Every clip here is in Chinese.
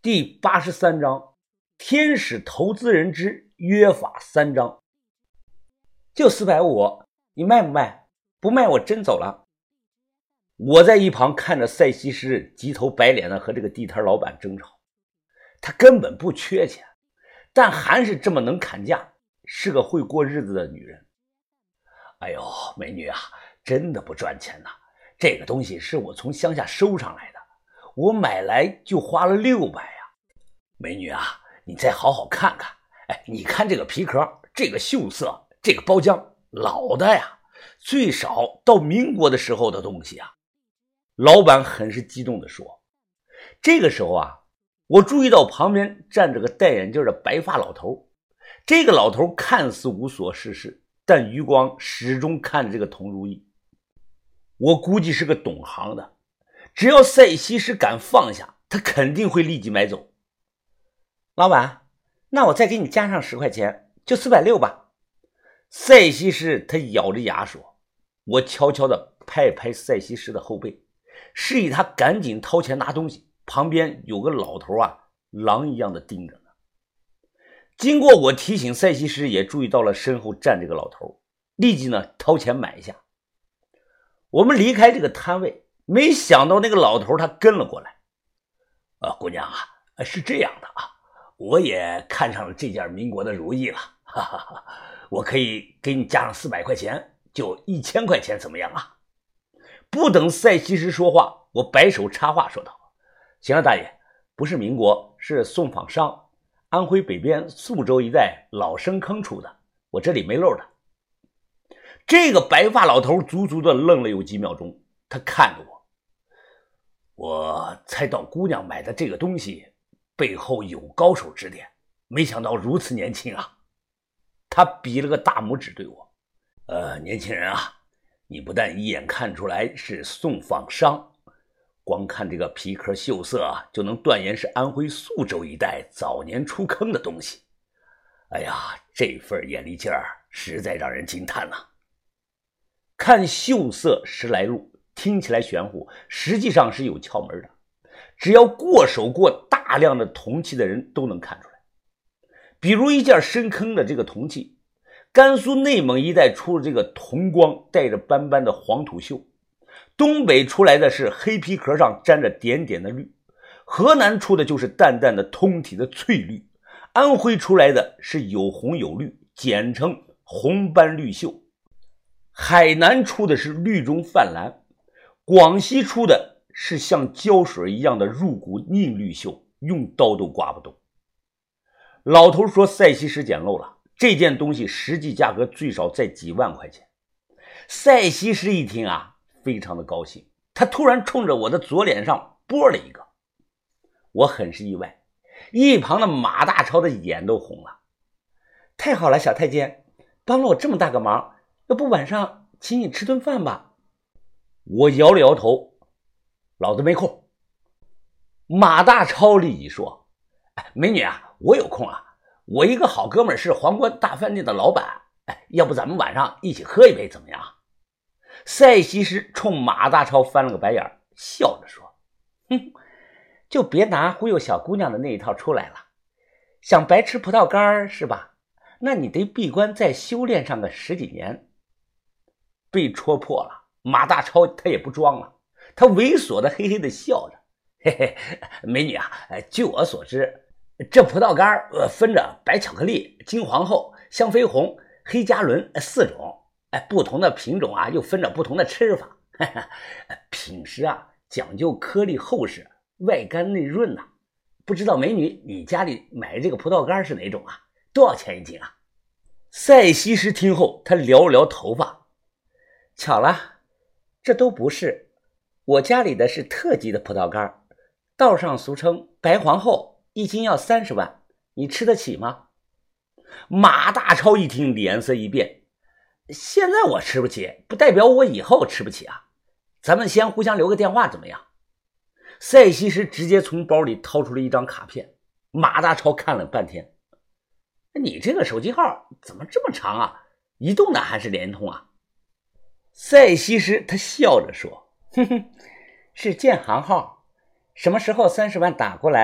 第83章天使投资人之约法3章。就450，你卖不卖？不卖我真走了。我在一旁看着塞西施急头白脸的和这个地摊老板争吵，他根本不缺钱，但还是这么能砍价，是个会过日子的女人。哎呦，美女啊，真的不赚钱呐，这个东西是我从乡下收上来的，我买来就花了600呀。美女啊，你再好好看看，你看这个皮壳，这个锈色，这个包浆，老的呀，最少到民国的时候的东西啊。老板很是激动地说。这个时候啊，我注意到旁边站着个戴眼镜的白发老头。这个老头看似无所事事，但余光始终看着这个佟如意。我估计是个懂行的，只要塞西施敢放下，他肯定会立即买走。老板，那我再给你加上10块钱，就460吧。塞西施他咬着牙说。我悄悄地拍拍塞西施的后背，示意他赶紧掏钱拿东西，旁边有个老头啊，狼一样的盯着呢。经过我提醒，塞西施也注意到了身后站这个老头，立即呢掏钱买下。我们离开这个摊位，没想到那个老头他跟了过来。姑娘啊，是这样的啊，我也看上了这件民国的如意了，哈哈哈，我可以给你加上400块钱，就1000块钱，怎么样啊？不等塞西施说话，我摆手插话说道：行了，大爷，不是民国，是宋仿商，安徽北边宿州一带老生坑出的，我这里没漏的。这个白发老头足足的愣了有几秒钟，他看着我，我猜到姑娘买的这个东西背后有高手指点，没想到如此年轻啊。他比了个大拇指对我，年轻人啊，你不但一眼看出来是宋仿商，光看这个皮壳锈色啊，就能断言是安徽宿州一带早年出坑的东西。哎呀，这份眼力劲儿实在让人惊叹呐。看锈色10来路，听起来玄乎，实际上是有窍门的，只要过手过大量的铜器的人都能看出来。比如一件深坑的这个铜器，甘肃内蒙一带出了这个铜光带着斑斑的黄土锈，东北出来的是黑皮壳上沾着点点的绿，河南出的就是淡淡的通体的翠绿，安徽出来的是有红有绿，简称红斑绿锈，海南出的是绿中泛蓝，广西出的是像胶水一样的入骨硬绿锈，用刀都刮不动。老头说塞西施捡漏了，这件东西实际价格最少在几万块钱。塞西施一听啊，非常的高兴，他突然冲着我的左脸上拨了一个。我很是意外，一旁的马大超的眼都红了。太好了，小太监，帮了我这么大个忙，要不晚上请你吃顿饭吧？我摇了摇头，老子没空。马大超立即说，美女啊，我有空啊，我一个好哥们是皇冠大饭店的老板，要不咱们晚上一起喝一杯怎么样？塞西施冲马大超翻了个白眼，笑着说，哼，就别拿忽悠小姑娘的那一套出来了，想白吃葡萄干是吧？那你得闭关再修炼上个10几年。被戳破了，马大超他也不装了，他猥琐的嘿嘿的笑着，嘿嘿，美女啊，据我所知，这葡萄干分着白巧克力、金皇后、香妃红、黑加仑4种，不同的品种啊又分着不同的吃法。品食啊讲究颗粒厚实，外干内润呐。不知道美女你家里买这个葡萄干是哪种啊？多少钱一斤啊？塞西施听后，他撩了撩头发，巧了，这都不是，我家里的是特级的葡萄干，道上俗称白皇后，一斤要30万，你吃得起吗？马大超一听脸色一变，现在我吃不起，不代表我以后吃不起啊，咱们先互相留个电话怎么样？塞西施直接从包里掏出了一张卡片，马大超看了半天，你这个手机号怎么这么长啊？移动的还是联通啊？塞西施他笑着说，哼哼，是建行号，什么时候30万打过来，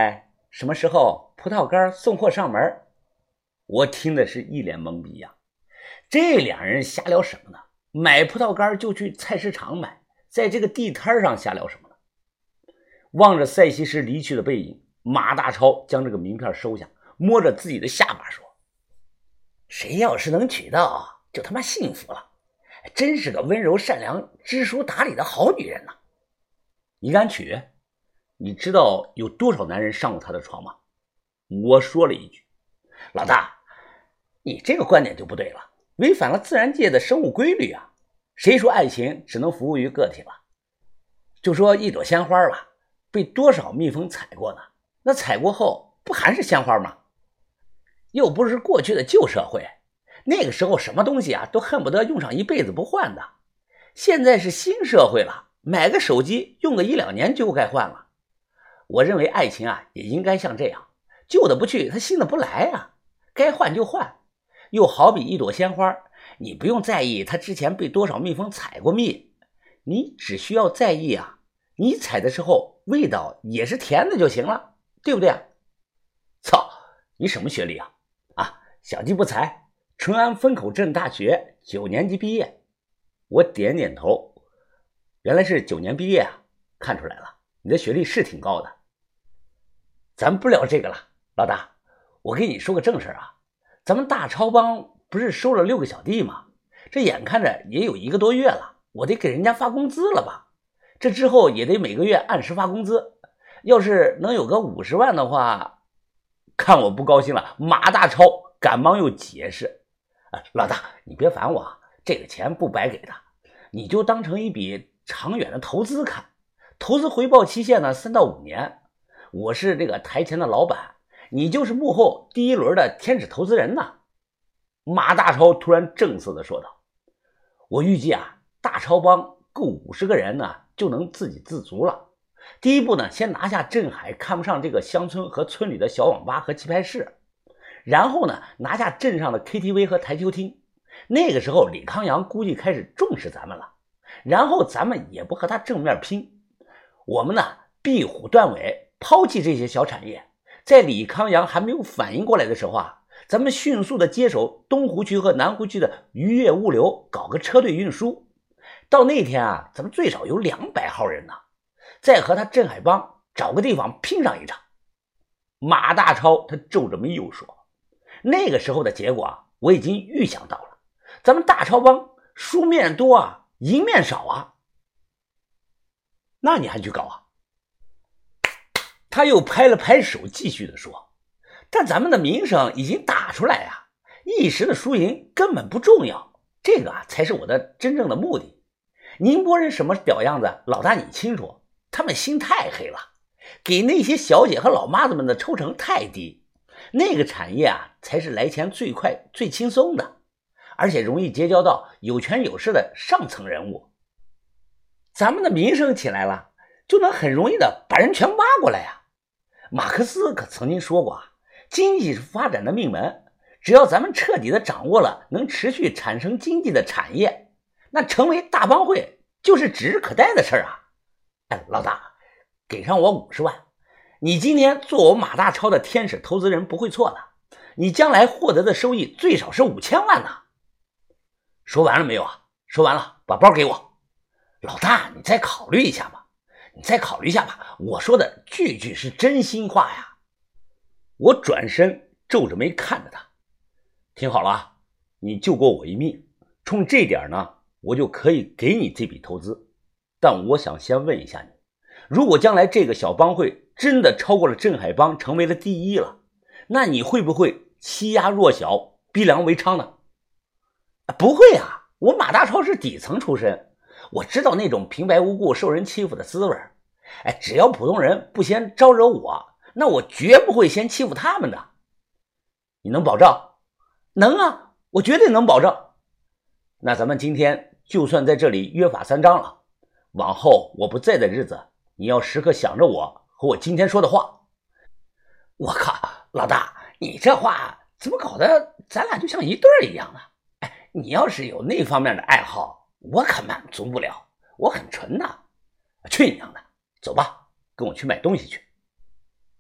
什么时候葡萄干送货上门？我听的是一脸懵逼呀。这两人瞎聊什么呢？买葡萄干就去菜市场买，在这个地摊上瞎聊什么呢？望着赛西施离去的背影，马大超将这个名片收下，摸着自己的下巴说：谁要是能娶到，就他妈幸福了，真是个温柔善良、知书达理的好女人呐。你敢娶？你知道有多少男人上过她的床吗？我说了一句：老大，你这个观点就不对了，违反了自然界的生物规律啊！谁说爱情只能服务于个体了？就说一朵鲜花吧，被多少蜜蜂采过呢？那采过后不还是鲜花吗？又不是过去的旧社会，那个时候什么东西啊都恨不得用上一辈子不换的。现在是新社会了，买个手机用个1-2年就该换了。我认为爱情啊也应该像这样，旧的不去，它新的不来啊，该换就换。又好比一朵鲜花，你不用在意它之前被多少蜜蜂采过蜜，你只需要在意啊，你采的时候味道也是甜的就行了，对不对啊？操，你什么学历啊？小弟不才，淳安风口镇大学9年级毕业。我点点头，原来是9年毕业啊，看出来了，你的学历是挺高的。咱不聊这个了，老大，我跟你说个正事啊，咱们大超帮不是收了6个小弟吗？这眼看着也有1个多月了，我得给人家发工资了吧？这之后也得每个月按时发工资，要是能有个50万的话，看我不高兴了，马大超赶忙又解释：老大，你别烦我，这个钱不白给的，你就当成一笔长远的投资看，投资回报期限呢3到5年。我是这个台前的老板，你就是幕后第一轮的天使投资人呢。马大超突然正色地说道：我预计啊，大超帮够50个人呢就能自给自足了。第一步呢，先拿下镇海看不上这个乡村和村里的小网吧和棋牌室，然后呢，拿下镇上的 KTV 和台球厅。那个时候李康阳估计开始重视咱们了，然后咱们也不和他正面拼，我们呢壁虎断尾，抛弃这些小产业，在李康阳还没有反应过来的时候啊，咱们迅速的接手东湖区和南湖区的渔业物流，搞个车队运输。到那天啊，咱们最少有200号人呢，再和他镇海帮找个地方拼上一场。马大超他皱着眉又说：那个时候的结果啊，我已经预想到了，咱们大超帮输面多啊，赢面少啊。那你还去搞啊？他又拍了拍手，继续的说：但咱们的名声已经打出来啊，一时的输赢根本不重要，这个啊才是我的真正的目的。宁波人什么屌样子，老大你清楚，他们心太黑了，给那些小姐和老妈子们的抽成太低，那个产业啊才是来钱最快最轻松的，而且容易结交到有权有势的上层人物。咱们的名声起来了，就能很容易的把人全挖过来啊。马克思可曾经说过啊，经济是发展的命门，只要咱们彻底的掌握了能持续产生经济的产业，那成为大帮会就是指日可待的事啊。老大，给上我50万，你今天做我马大超的天使投资人不会错的，你将来获得的收益最少是5000万呢。说完了没有啊？说完了，把包给我。老大，你再考虑一下吧，我说的句句是真心话呀。我转身皱着眉看着他，听好了啊，你救过我一命，冲这点呢，我就可以给你这笔投资。但我想先问一下你，如果将来这个小帮会真的超过了镇海帮，成为了第一了，那你会不会欺压弱小，逼良为娼呢？不会啊，我马大超是底层出身，我知道那种平白无故受人欺负的滋味。只要普通人不先招惹我，那我绝不会先欺负他们的。你能保证？能啊，我绝对能保证。那咱们今天就算在这里约法3章了，往后我不在的日子，你要时刻想着我和我今天说的话。我靠，老大，你这话怎么搞得咱俩就像一对一样呢？你要是有那方面的爱好，我可满足不了，我很纯的。去你娘的，走吧，跟我去买东西去。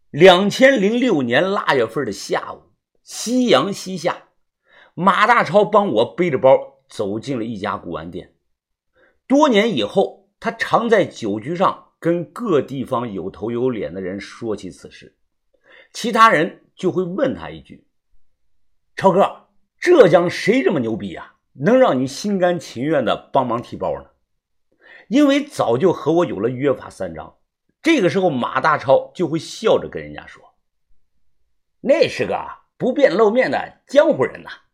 2006年腊月份的下午，夕阳西下，马大超帮我背着包走进了一家古玩店。多年以后，他常在酒局上跟各地方有头有脸的人说起此事，其他人就会问他一句：超哥，浙江谁这么牛逼啊，能让你心甘情愿的帮忙提包呢？因为早就和我有了约法三章，这个时候马大超就会笑着跟人家说：那是个不便露面的江湖人呐。